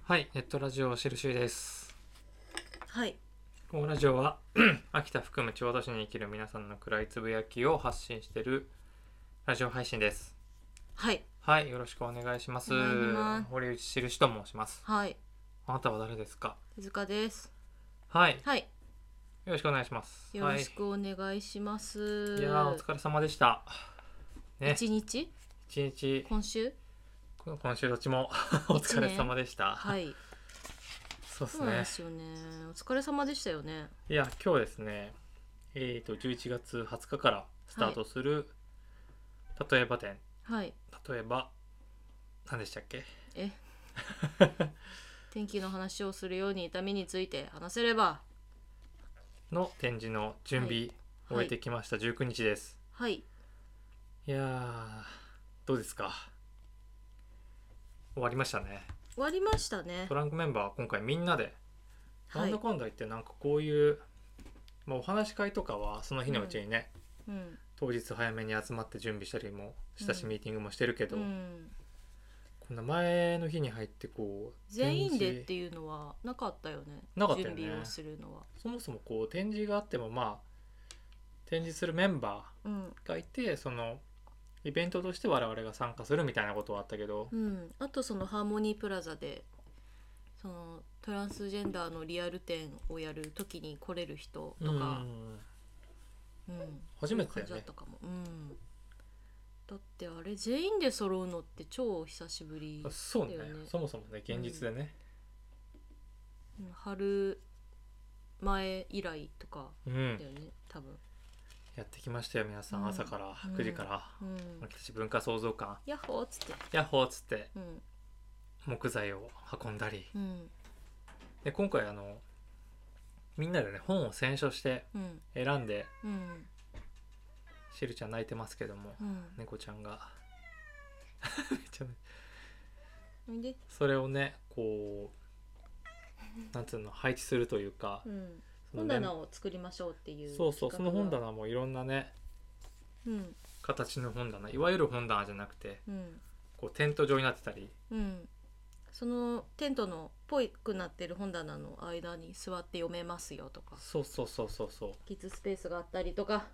はい、ネットラジオしるしです。 はい。 このラジオは秋田含む千葉都市に生きる皆さんの暗いつぶやきを発信しているラジオ配信です。 はい。 はい、よろしくお願いします。 お願いします。 堀内しるしと申します。 はい。 あなたは誰ですか？ 手塚です。 はい、 はい。 よろしくお願いします。 よろしくお願いします。 いやー、お疲れ様でした。ね、 一日一日、 今週今週どっちもお疲れ様でした。 はい。 そうですそうなんでね。 すよね。お疲れ様でしたよね。 いや、今日ですね、11月20日からスタートする、例えば展。 はい。 例えば、何でしたっけ？ 天気の話をするように痛みについて話せればの展示の準備を終えてきました。19日です。 はい。 いやー、どうですか？終わりましたね。 終わりましたねト。ランクメンバーは今回みんなで、 はいなんだかんだ言ってなんかこういう、お話し会とかはその日のうちにね、 うん当日早めに集まって準備したりもしたし、 うんミーティングもしてるけど、 うんこんな前の日に入ってこう全員で展示っていうのはなかったよね。 なかったよね準備をするのは。 そもそもこう展示があっても展示するメンバうんーがいて、そのイベントとして我々が参加するみたいなことはあったけど、 あとそのハーモニープラザでそのトランスジェンダーのリアル展をやる時に来れる人とか、 初めてだよね。 そういう感じだったかも。だってあれ全員で揃うのって超久しぶりだよね。 そうね、そもそもね現実でね、 春前以来とかだよね、多分。 やってきましたよ皆さん、朝から9時から、私文化創造館ヤッホーっつってヤッホーっつって、木材を運んだり、で今回みんなでね本を選書して選んで、しるちゃん泣いてますけども、猫ちゃんがめっちゃそれをねこうなんつうの配置するというか、 本棚を作りましょうっていう。 そうその本棚もいろんなね、形の本棚、いわゆる本棚じゃなくて、こうテント状になってたり、 そのテントのぽいくなってる本棚の間に座って読めますよとか、 そうキッズスペースがあったりとか。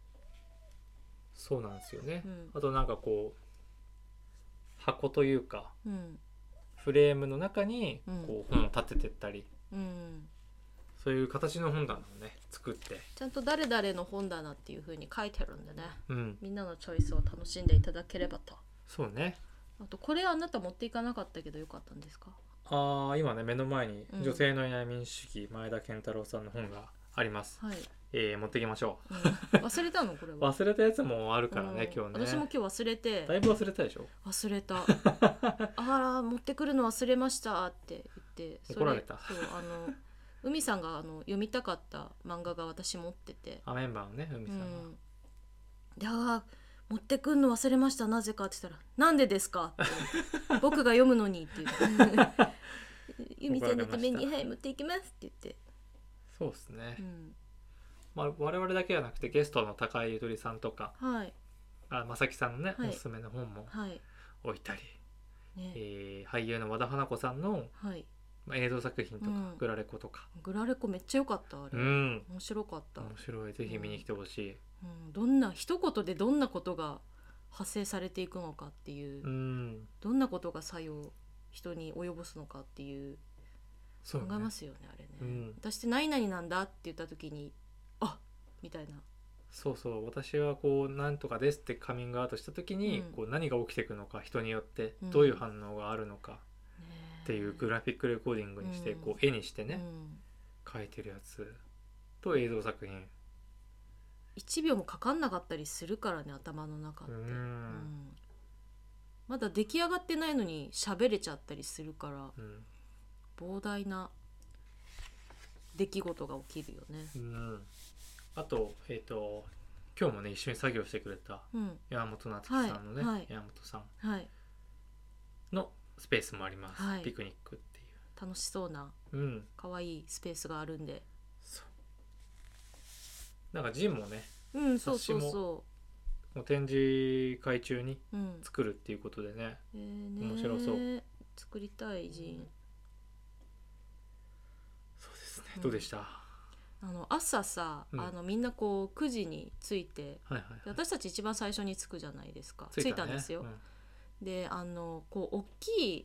そうなんですよね、あとなんかこう箱というか、フレームの中にこう本を立ててったり、そういう形の本棚をね作って、 ちゃんと誰々の本棚っていう風に書いてるんでね、みんなのチョイスを楽しんでいただければと。 そうね。 あとこれあなた持っていかなかったけどよかったんですか？ 今ね目の前に女性のいない民主主義、前田健太郎さんの本があります。持ってきましょう。 忘れたのこれは。 忘れたやつもあるからね、今日ね。 私も今日忘れて。 だいぶ忘れたでしょ？ 忘れた。あら持ってくるの忘れましたって言って、 怒られた。 そう海さんが読みたかった漫画が私持ってて、 メンバーのね海さんが、で持ってくんの忘れました、なぜかって言ったら、なんでですかって僕が読むのにって言って海さんのためにはい持っていきますって言って。 そうですね、我々だけじゃなくてゲストの高井ゆとりさんとか、正木さんのね、おすすめの本も置いたり、俳優の和田花子さんの、映像作品とか、グラレコとか。 グラレコめっちゃ良かったあれ、面白かった。 面白い、ぜひ見に来てほしい。 どんな一言でどんなことが発生されていくのかっていう、どんなことが作用人に及ぼすのかっていう考えますよね、あれね。私って何々なんだって言った時にみたいな。 そう私はこうなんとかですってカミングアウトした時に、こう何が起きていくのか、人によってどういう反応があるのかっていうグラフィックレコーディングにして、こう絵にしてね、描いてるやつと映像作品 1秒もかかんなかったりするからね、頭の中って。まだ出来上がってないのに喋れちゃったりするから、膨大な出来事が起きるよね。 あと今日もね一緒に作業してくれた山本夏樹さんのね、山本さんのスペースもあります、ピクニックっていう楽しそうな可愛いスペースがあるんで。 なんかジンもね、 そう展示会中に作るっていうことでね、面白そう。 作りたいジン。 どうでした？ 朝さ、みんなこう9時に着いて、 はいはいはい、 私たち一番最初に着くじゃないですか。 着いたんですよ、でこう大きい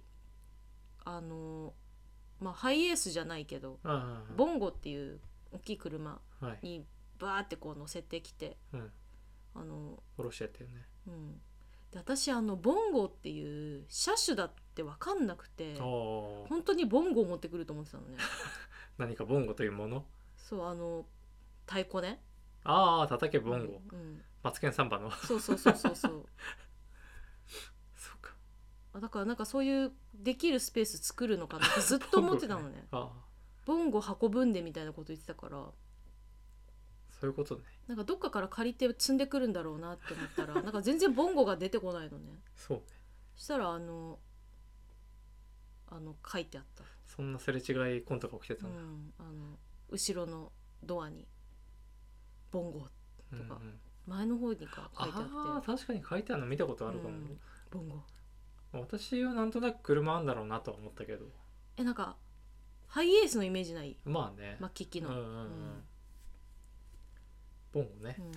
ハイエースじゃないけど、ボンゴっていう大きい車にバーってこう乗せてきて、 下ろしちゃったよね。 で私ボンゴっていう車種だって分かんなくて、本当にボンゴを持ってくると思ってたのね。 何かボンゴというもの？ そう太鼓ね。 叩けボンゴ、マツケンサンバの。 そうそうそうか。 だからなんかそういうできるスペース作るのかなってずっと思ってたのね。ボンゴ運ぶんでみたいなこと言ってたから、 そういうことね。 なんかどっかから借りて積んでくるんだろうなって思ったらなんか全然ボンゴが出てこないのね。 そうね。 したら書いてあった。 そんなすれ違いコントが起きてたんだ。 後ろのドアにボンゴとか、前の方にか書いてあって、 確かに書いてあるの見たことあるかも、 ボンゴ。 私はなんとなく車あんだろうなとは思ったけど、 なんかハイエースのイメージない？ まあね、 キキの、 ボンゴね、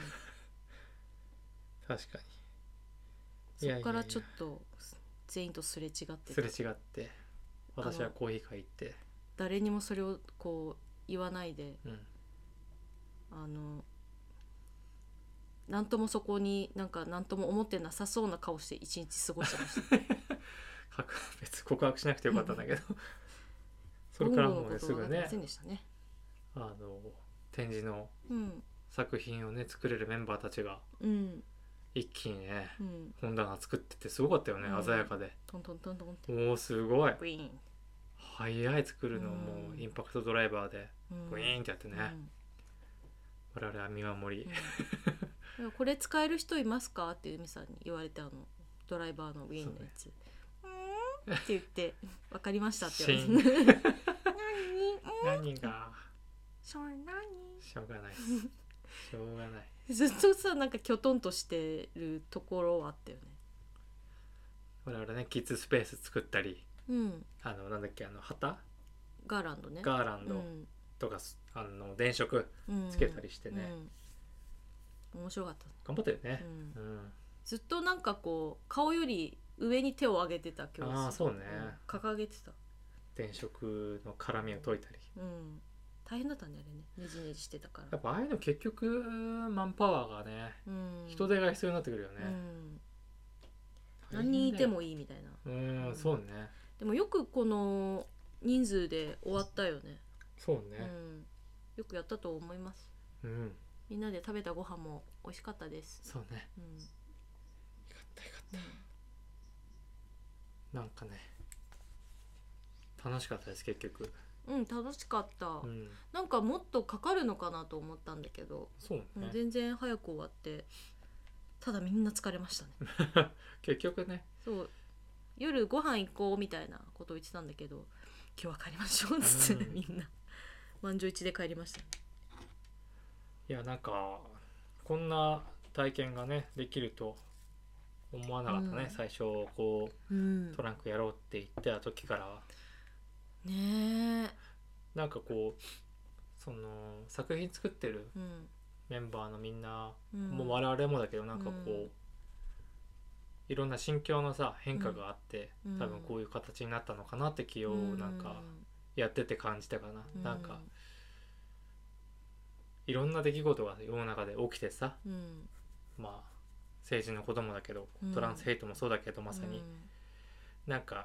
確かに。そっからちょっと全員とすれ違ってた。 すれ違って、私はコーヒー買い行って、 誰にもそれをこう言わないで、なんともそこになんとも思ってなさそうな顔して一日過ごしてました。 別に告白しなくてよかったんだけどそれからもうすぐね、展示の作品をね作れるメンバーたちが一気にね、本棚作っててすごかったよね、鮮やかで。 トントントントンって。 おーすごい。早い作るの、もうインパクトドライバーでブイーンってやってね、我々は見守り、 これ使える人いますかって海さんに言われて、ドライバーのウィーンのやつ、って言って分かりましたって言われて何がしょうがないしょうがないずっとさ、なんかきょとんとしてるところはあったよね。 我々ね、キッズスペース作ったり、なんだっけ、旗ガーランドね、 ガーランドとか、電飾つけたりしてね、 面白かった。 頑張ったよね、 ずっとなんかこう顔より上に手を上げてた教室。 そうね、 掲げてた。 電飾の絡みを解いたり、 大変だったんだよね、ねじねじしてたから。 やっぱああいうの結局マンパワーがね、人手が必要になってくるよね、 何人いてもいいみたいな。そうね。 でもよくこの人数で終わったよね。 そうね、 よくやったと思います。みんなで食べたご飯も美味しかったです。 そうね、よかったよかった、なんかね楽しかったです結局。 楽しかった、なんかもっとかかるのかなと思ったんだけど、 そうね、 全然早く終わって、ただみんな疲れましたね結局ね。 そう、夜ご飯行こうみたいなことを言ってたんだけど、今日は帰りましょうっつって、みんな満場一致で帰りました。 いや、なんかこんな体験がねできると思わなかったね、最初こう、トランクやろうって言ってた時からね。 なんかこうその作品作ってるメンバーのみんな、もう我々もだけど、なんかこう、いろんな心境のさ変化があって、多分こういう形になったのかなって気をなんかやってて感じたかな、なんかいろんな出来事が世の中で起きてさ、まあ政治のこともだけど、トランスヘイトもそうだけど、まさに、なんか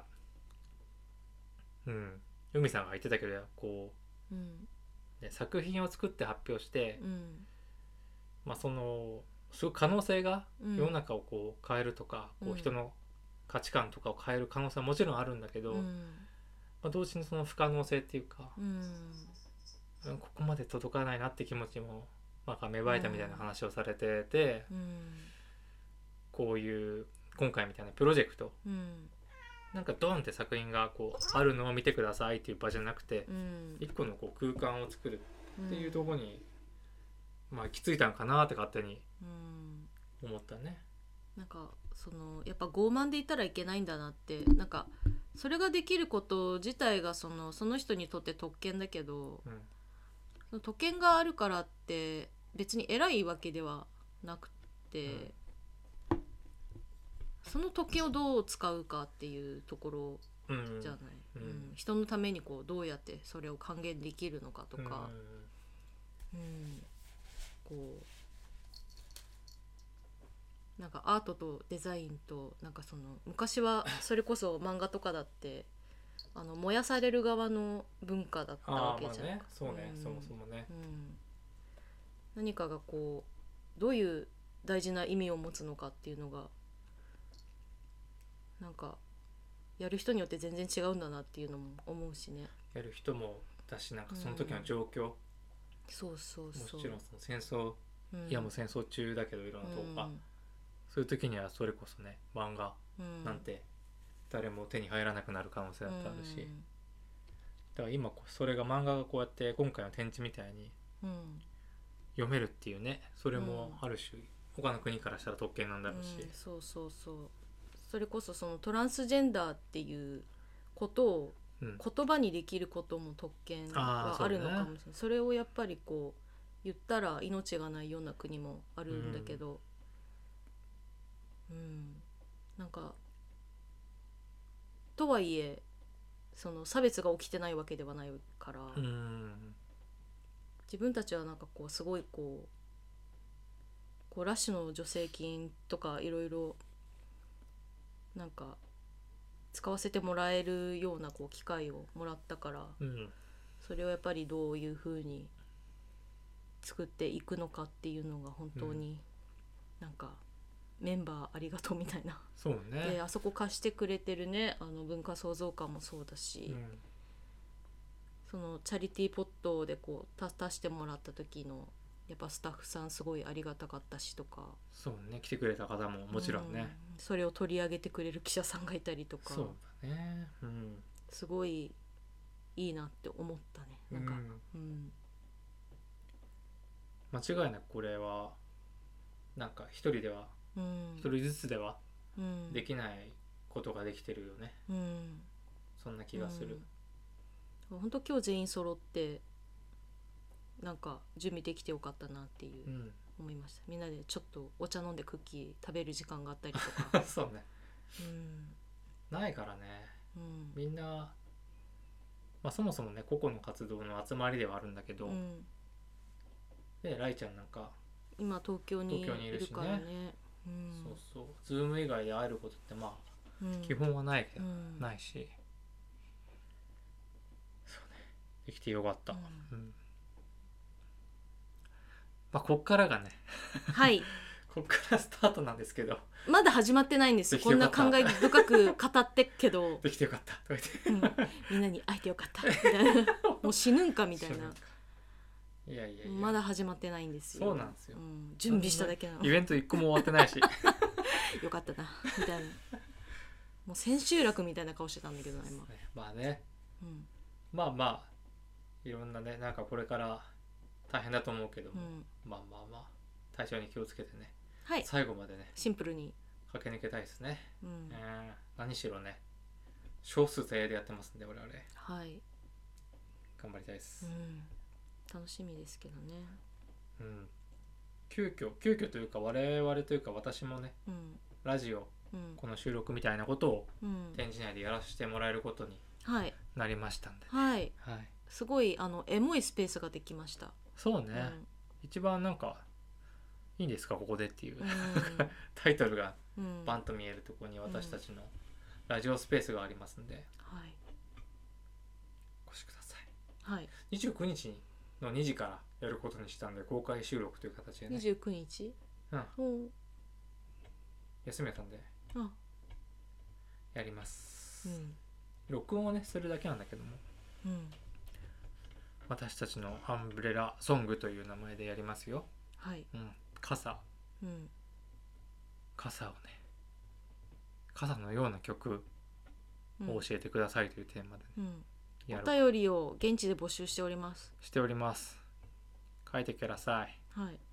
海さんが言ってたけど、こう、ね、作品を作って発表して、まあそのすごい可能性が世の中をこう変えるとか、こう人の価値観とかを変える可能性はもちろんあるんだけど、まあ、同時にその不可能性っていうか、ここまで届かないなって気持ちもなんか芽生えたみたいな話をされてて、こういう今回みたいなプロジェクト、なんかドンって作品がこうあるのを見てくださいっていう場じゃなくて、一個のこう空間を作るっていうところに、まあ行き着いたのかなって勝手に思ったね。 なんかそのやっぱ傲慢でいたらいけないんだなって、なんかそれができること自体がその人にとって特権だけど、 その特権があるからって別に偉いわけではなくて、その特権をどう使うかっていうところじゃない、人のためにこうどうやってそれを還元できるのかとか、こうなんかアートとデザインとなんかその昔はそれこそ漫画とかだって燃やされる側の文化だったわけじゃん。 そうね、そもそもね、 何かがこうどういう大事な意味を持つのかっていうのがなんかやる人によって全然違うんだなっていうのも思うしね。 やる人もだし、なんかその時の状況、 そうそうそう、 もちろんその戦争、いやもう戦争中だけどいろんなとこが、そういう時にはそれこそね漫画なんて誰も手に入らなくなる可能性だってあるし、だから今それが漫画がこうやって今回の展示みたいに読めるっていうね、それもある種他の国からしたら特権なんだろうし、 そうそうそう、それこそそのトランスジェンダーっていうことを言葉にできることも特権はあるのかもしれない。それをやっぱりこう言ったら命がないような国もあるんだけど、なんかとはいえその差別が起きてないわけではないから、自分たちはなんかこうすごいこうラッシュの助成金とかいろいろなんか使わせてもらえるようなこう機会をもらったから、それをやっぱりどういうふうに作っていくのかっていうのが本当になんかメンバーありがとうみたいな。 そうね。 であそこ貸してくれてるね文化創造館もそうだし、そのチャリティーポットでこう足してもらった時のやっぱスタッフさんすごいありがたかったしとか、 そうね、来てくれた方ももちろんね、 それを取り上げてくれる記者さんがいたりとか、 そうだね、 すごいいいなって思ったね。なんか、 間違いなくこれはなんか一人では、一人ずつではできないことができてるよね、そんな気がする。 本当今日全員揃ってなんか準備できてよかったなっていう思いました。みんなでちょっとお茶飲んでクッキー食べる時間があったりとかそうね、ないからね、みんな、そもそもね個々の活動の集まりではあるんだけど、でライちゃんなんか今東京にいるからね、 そうそう、ズーム以外で会えることって基本はないけど、ないし、そうね、できてよかった。こっからがねはいこっからスタートなんですけど、 まだ始まってないんですよ。こんな感慨深く語ってっけどできてよかったとか言って、 みんなに会えてよかったみたいなもう死ぬんかみたいな。 いやいやいや、 まだ始まってないんですよ。 そうなんですよ、 準備しただけなの。 イベント一個も終わってないしよかったなみたいな、もう千秋楽みたいな顔してたんだけどな今。 まあね、いろんなね、なんかこれから大変だと思うけども、体調に気をつけてね、最後までねシンプルに駆け抜けたいですね。何しろね少数精鋭でやってますんで我々、頑張りたいです。 楽しみですけどね。 急遽というか我々というか私もね、ラジオ、この収録みたいなことを展示内でやらせてもらえることになりましたんで、 すごいエモいスペースができました。 そうね、一番なんかいいんですかここでっていう、タイトルがバンと見えるところに私たちのラジオスペースがありますんで、お越しください。29日の2時からやることにしたんで、公開収録という形でね。 29日？ 休みやったんでやります。録音をねするだけなんだけども、私たちのアンブレラソングという名前でやりますよ。傘をね、傘のような曲を教えてくださいというテーマで、 お便りを現地で募集しております。 書いてください。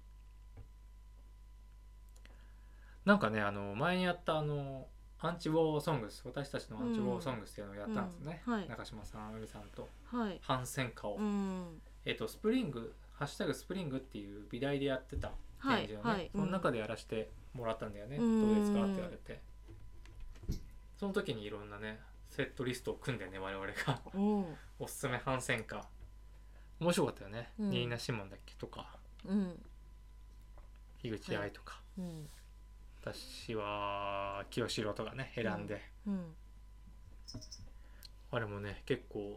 なんかね、前にやったアンチウォーソングス、私たちのアンチウォーソングスっていうのをやったんですね、中島さん、海さんと反戦歌をスプリングハッシュタグスプリングっていう美大でやってた展示をね、はいはい、その中でやらせてもらったんだよね、どうですかって言われて、その時にいろんなねセットリストを組んでね我々がおすすめ反戦歌面白かったよね、ニーナ・シモンだっけとか、樋口愛とか、私は清志郎とかね選んで、あれもね結構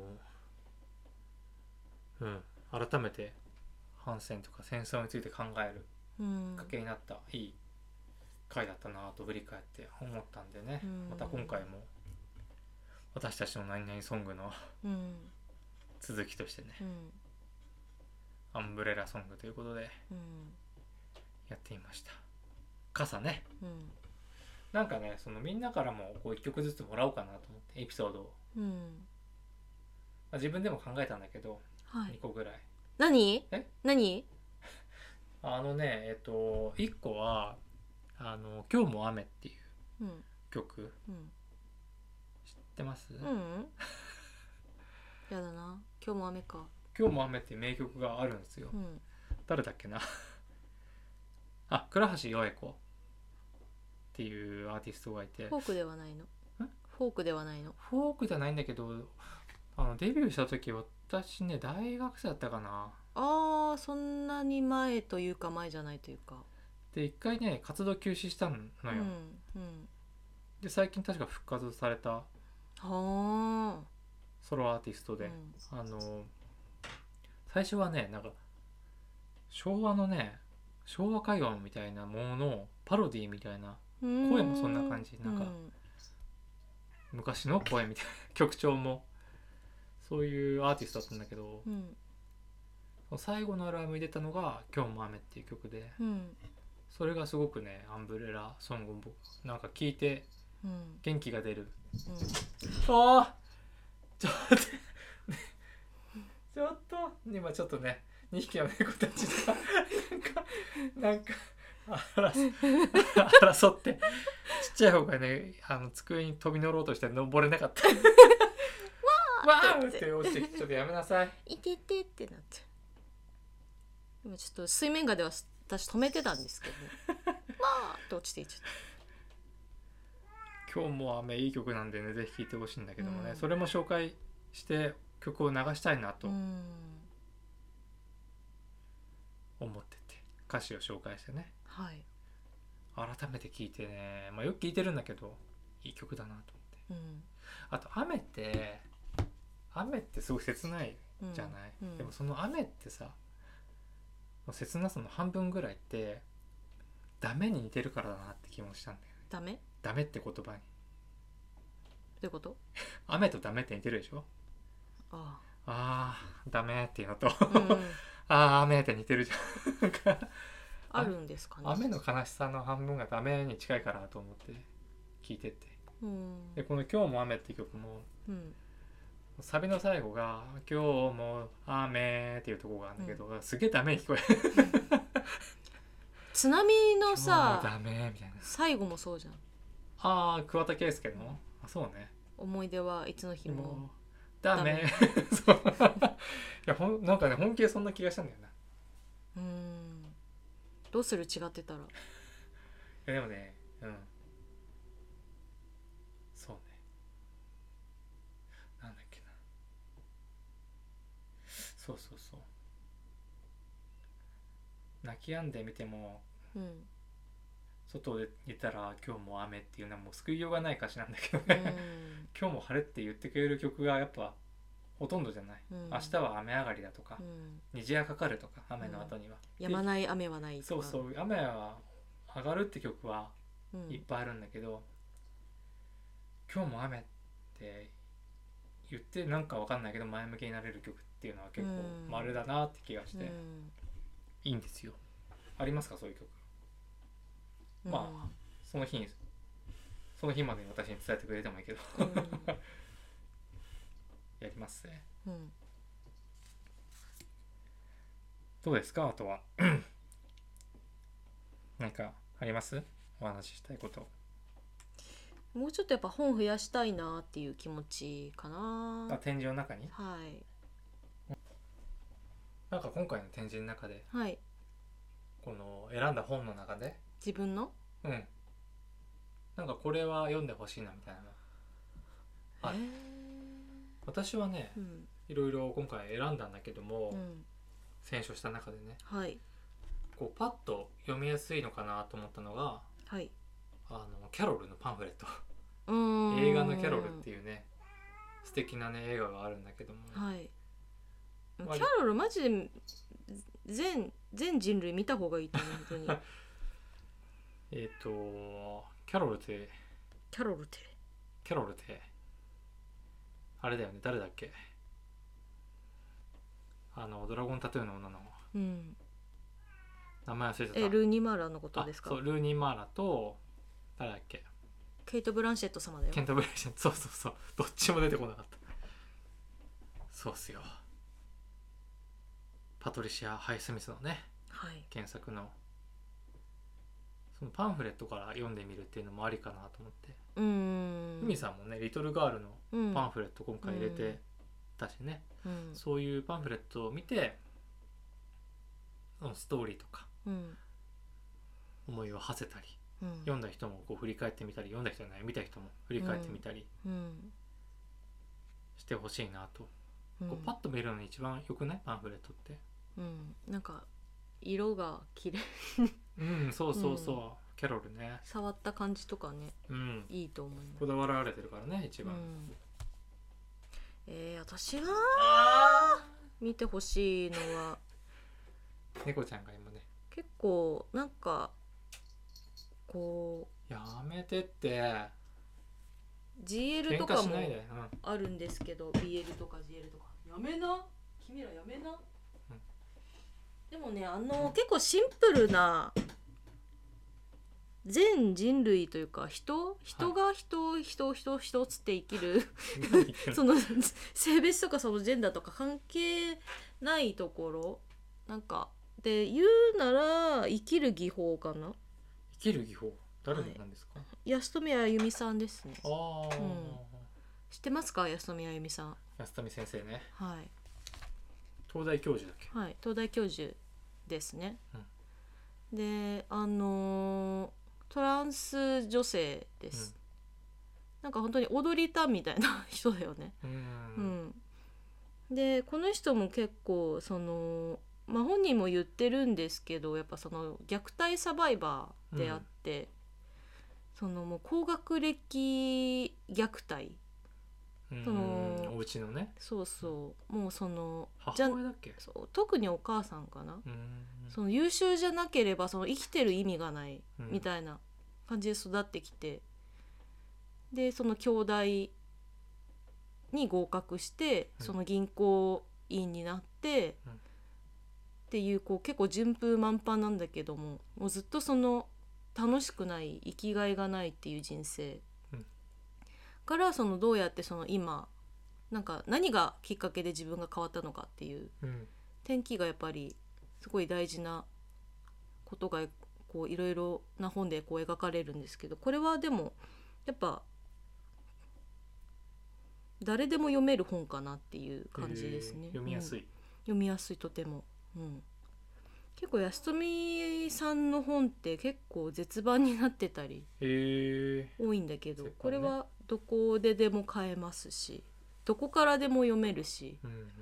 改めて反戦とか戦争について考えるきっかけになったいい回だったなと振り返って思ったんでね、また今回も私たちの何々ソングの続きとしてね、アンブレラソングということでやってみました。傘ね、なんかねそのみんなからもこう1曲ずつもらおうかなと思ってエピソードを、自分でも考えたんだけど、2個ぐらい。 何 1個は今日も雨っていう曲、知ってます？ やだな、今日も雨か。 今日も雨っていう名曲があるんですよ、誰だっけな倉橋よえ子っていうアーティストがいて、 フォークではないの？フォークではないの？ フォークじゃないんだけど、デビューした時私ね大学生だったかな。 そんなに前というか前じゃないというかで一回ね活動休止したのよ、で最近確か復活されたソロアーティストで、最初はねなんか昭和歌謡みたいなもののパロディみたいな、声もそんな感じ、なんか昔の声みたいな曲調もそういうアーティストだったんだけど、最後のアルバムに出たのが今日も雨っていう曲で、それがすごくねアンブレラソングをなんか聴いて元気が出る、ちょっと今ちょっとね2匹の猫たちがなんか争ってちっちゃい方がね机に飛び乗ろうとして登れなかったわーって落ちてきて、ちょっとやめなさいいててってなって、今ちょっと水面下では私止めてたんですけどわーって落ちていっちゃった。 今日も雨いい曲なんでねぜひ聴いてほしいんだけどもね、それも紹介して曲を流したいなと思ってて、歌詞を紹介してね、改めて聴いてね、よく聴いてるんだけどいい曲だなと思って、あと雨ってすごい切ないじゃない、でもその雨ってさ切なさの半分ぐらいってダメに似てるからだなって気もしたんだよね。ダメって言葉にどういうこと？ 雨とダメって似てるでしょ。ダメっていうのと雨って似てるじゃんあるんですかね。 雨の悲しさの半分がダメに近いからと思って聞いてて、でこの今日も雨って曲も、サビの最後が今日も雨っていうところがあるんだけど、すげえダメに聞こえる津波のさダメみたいな最後もそうじゃん。桑田佳祐のそうね、 思い出はいつの日もダメそういやなんかね本気でそんな気がしたんだよな。 どうする違ってたら。 でもねそうね、なんだっけな、そう泣き止んでみても、外で出たら今日も雨っていうのはもう救いようがない歌詞なんだけどね今日も晴れって言ってくれる曲がやっぱほとんどじゃない、明日は雨上がりだとか、虹がかかるとか、雨の後には、 止まない雨はないとか、 そう雨は上がるって曲はいっぱいあるんだけど、今日も雨って言ってなんかわかんないけど前向きになれる曲っていうのは結構丸だなって気がして、いいんですよ。ありますかそういう曲？その日までに私に伝えてくれてもいいけどやりますね、どうですか？あとは何かあります？お話ししたいこと。 もうちょっとやっぱ本増やしたいなっていう気持ちかな。 展示の中に？ なんか今回の展示の中で、 はい、 この選んだ本の中で自分のなんかこれは読んでほしいなみたいなのある。私はね、いろいろ今回選んだんだけども、選書した中でね、 はい、 こうパッと読みやすいのかなと思ったのが、 はい、 キャロルのパンフレット映画のキャロルっていうね素敵なね映画があるんだけども、 はい、キャロルマジで全人類見た方がいいと思う本当にキャロルってあれだよね、誰だっけ、ドラゴンタトゥーの女の、名前忘れてた。 ルーニー・マーラーのことですか。 そう、ルーニー・マーラーと誰だっけ、 ケイト・ブランシェット様だよ。 ケイト・ブランシェット、そうどっちも出てこなかった。そうっすよ、パトリシア・ハイスミスのね、 はい、 原作のそのパンフレットから読んでみるっていうのもありかなと思って。ふみさんもねリトルガールのパンフレット今回入れてたしね、そういうパンフレットを見てストーリーとか、思いを馳せたり、読んだ人もこう振り返ってみたり、読んだ人じゃない見た人も振り返ってみたりしてほしいなと、こうパッと見るのに一番良くないパンフレットって、 なんか色が綺麗そう、キャロルね、 触った感じとかね、いいと思います。 こだわられてるからね一番。 私が見てほしいのは猫ちゃんが今ね結構なんかこうやめてって GL とかもあるんですけど、BL とか GL とかやめな君らやめな、でもね結構シンプルな全人類というか人が人をつって生きるその性別とかそのジェンダーとか関係ないところなんかで言うなら生きる技法かな。 生きる技法誰なんですか。 安富あゆみさんですね。 あ、 知ってますか安富あゆみさん。 安富先生ね。 はい。 東大教授だっけ。 はい、東大教授ですね。でトランス女性です、なんか本当に踊りたみたいな人だよね。でこの人も結構本人も言ってるんですけど、やっぱその虐待サバイバーであって、もう高学歴虐待、 お家のね、 もう母親だっけ。 特にお母さんかな、優秀じゃなければ生きてる意味がないみたいな感じで育ってきて、で兄弟に合格して、銀行員になって、っていう結構順風満帆なんだけども、もうずっと楽しくない生きがいがないっていう人生、からどうやって今なんか何がきっかけで自分が変わったのかっていう転機がやっぱりすごい大事なことがいろいろな本で描かれるんですけど、これはでもやっぱ誰でも読める本かなっていう感じですね。 読みやすい、 読みやすい、とても、結構安富さんの本って結構絶版になってたり多いんだけど、これはどこででも買えますし、どこからでも読めるし、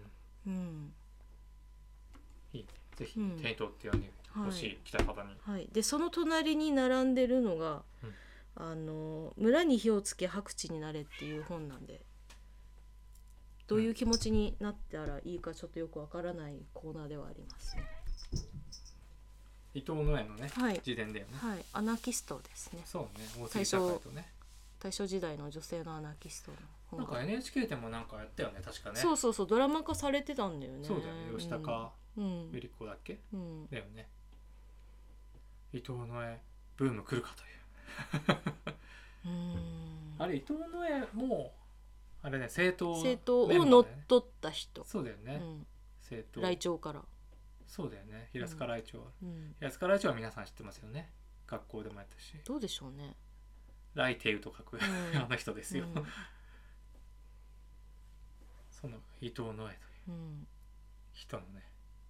いいね、ぜひ手に取って読んでほしい、来た方に。 はい、でその隣に並んでるのが村に火をつけ白地になれっていう本なんで、どういう気持ちになったらいいかちょっとよくわからないコーナーではありますね。 伊藤野枝のね、自伝だよね。 はい、アナキストですね。 そうね、大杉栄とね、 大正時代の女性のアナキストの本なんか NHK でもなんかやったよね、確かね。 そうドラマ化されてたんだよね。 そうだよね、吉高由里子だっけ、だよね。伊藤野枝ブーム来るかというあれ伊藤野枝もあれね、政党を乗っ取った人。 そうだよね、政党来庁から。 そうだよね、平塚来庁、平塚来庁は皆さん知ってますよね、学校でもやったし。 どうでしょうね。 来帝と書く、あの人ですよ、その伊藤野枝という人のね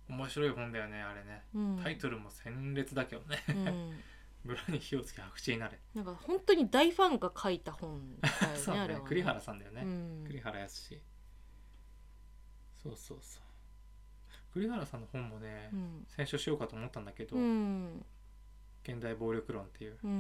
面白い本だよねあれね、うん、タイトルも鮮烈だけどね、うん、村に火をつけ白痴になれ、 なんか本当に大ファンが書いた本だよねそうね、 あれはね、 栗原さんだよね、うん、栗原康。そうそうそう、栗原さんの本もね、うん、選書しようかと思ったんだけど、うん、現代暴力論っていう、 うん、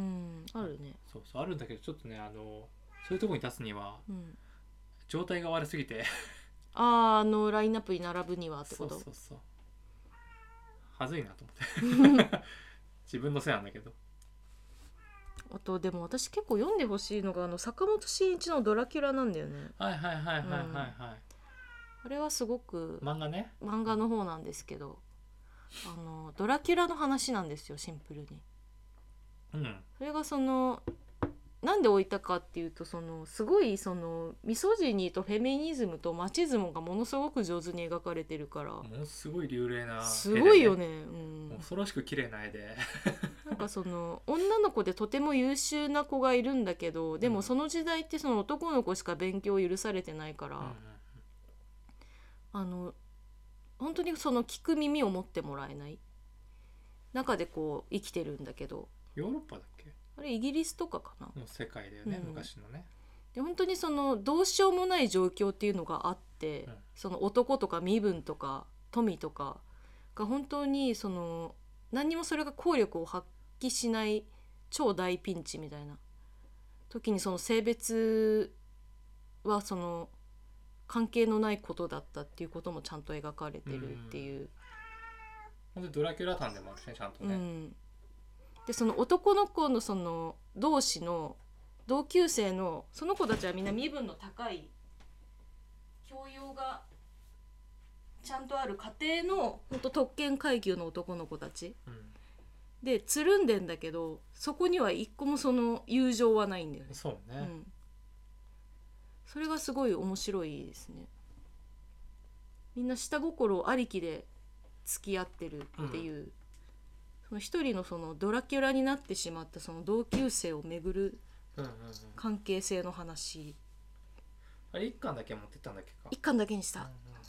あるね、 そうそうあるんだけど、ちょっとねそういうところに立つには、うん、状態が悪すぎてラインナップに並ぶにはってこと。 そうそうそう、はずいなと思って自分のせいなんだけど。 あとでも私結構読んでほしいのが坂本慎一のドラキュラなんだよね。 はいはいはいはいはいはい、うん、 あれはすごく漫画ね、 漫画の方なんですけど、ドラキュラの話なんですよシンプルに、うん、それがなんで置いたかっていうとすごいミソジニーとフェミニズムとマチズムがものすごく上手に描かれてるから、 ものすごい流麗な絵で、ね、 すごいよね、うん、 恐ろしく綺麗な絵でなんか女の子でとても優秀な子がいるんだけど、でもその時代って男の子しか勉強を許されてないから、うん、本当に聞く耳を持ってもらえない中でこう生きてるんだけど。 ヨーロッパだっけ、 あれイギリスとかかなの世界だよね、うん、昔のね。 で本当にどうしようもない状況っていうのがあって、うん、男とか身分とか富とかが本当に何にもそれが効力を発揮しない超大ピンチみたいな時に性別は関係のないことだったっていうこともちゃんと描かれてるっていう、 ほんでドラキュラタンでもあるしねちゃんとね、うん、 で男の子の同士の同級生のその子たちはみんな身分の高い教養がちゃんとある家庭のほんと特権階級の男の子たち、うん、でつるんでんだけどそこには一個も友情はないんだよね。 そうね、うん、 それがすごい面白いですね。みんな下心ありきで付き合ってるっていう、うん、一人のドラキュラになってしまった同級生をめぐる関係性の話、 あれ1巻だけ持ってったんだっけか。 1巻だけにした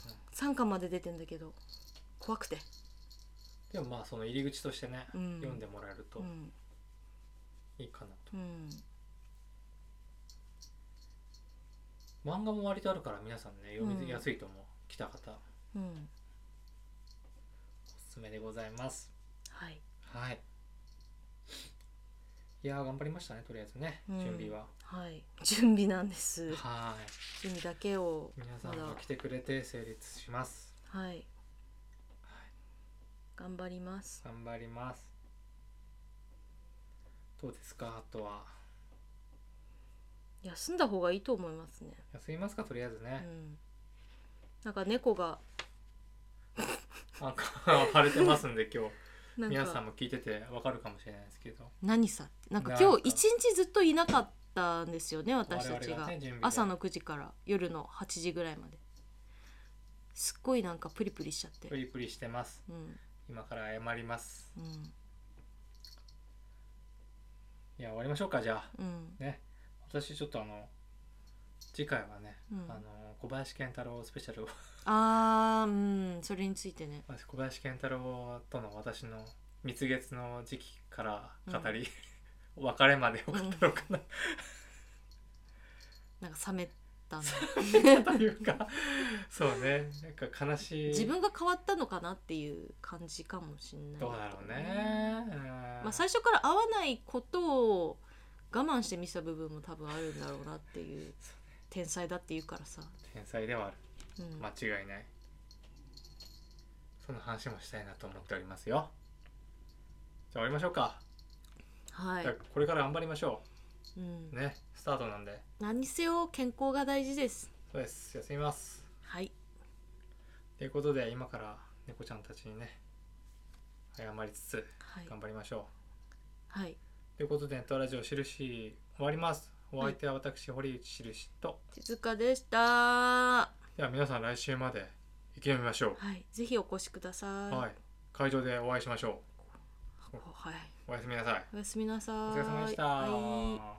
、3巻まで出てんだけど怖くて。 でもまあその入り口としてね、うん、読んでもらえるといいかなと、うん、漫画も割とあるから皆さんね読みやすいと思う、来た方、うん、おすすめでございます。 はい、 はい、いや頑張りましたねとりあえずね、準備は。 はい、準備なんです。 はい、 準備だけを皆さんが来てくれて成立します。 はい、頑張ります。 頑張ります。どうですか、あとは。 休んだ方がいいと思いますね。 休みますかとりあえずね、 なんか猫がなんか腫れてますんで今日皆さんも聞いててわかるかもしれないですけど、 何さなんか今日一日ずっといなかったんですよね私たちが、朝の9時から夜の8時ぐらいまで。すっごいなんかプリプリしちゃって。 プリプリしてます、今から謝ります、いや終わりましょうかじゃあ、ね。私ちょっと次回はね、小林賢太郎スペシャルをそれについてね、 小林賢太郎との私の蜜月の時期から語り、別れまでを語ろうかな、 なんか冷めたんだというかそうね、なんか悲しい、 自分が変わったのかなっていう感じかもしれない。 どうだろうね、 最初から合わないことを我慢して見せた部分も多分あるんだろうなっていう、天才だって言うからさ。 天才ではある、間違いない。その話もしたいなと思っておりますよ。じゃあ終わりましょうか。 はい、 じゃあこれから頑張りましょう、ね、スタートなんで。 何にせよ健康が大事です。 そうです、休みます。 はい、 ということで今から猫ちゃんたちにね謝りつつ頑張りましょう。はい、 ということでネットラジオしるし終わります。お相手は私、堀内しるしと静香でした。 では皆さん来週まで生き延びましょう。 はい、ぜひお越しください。 はい、会場でお会いしましょう。 はい、 おやすみなさい。 おやすみなさい。 お疲れ様でした。 はい。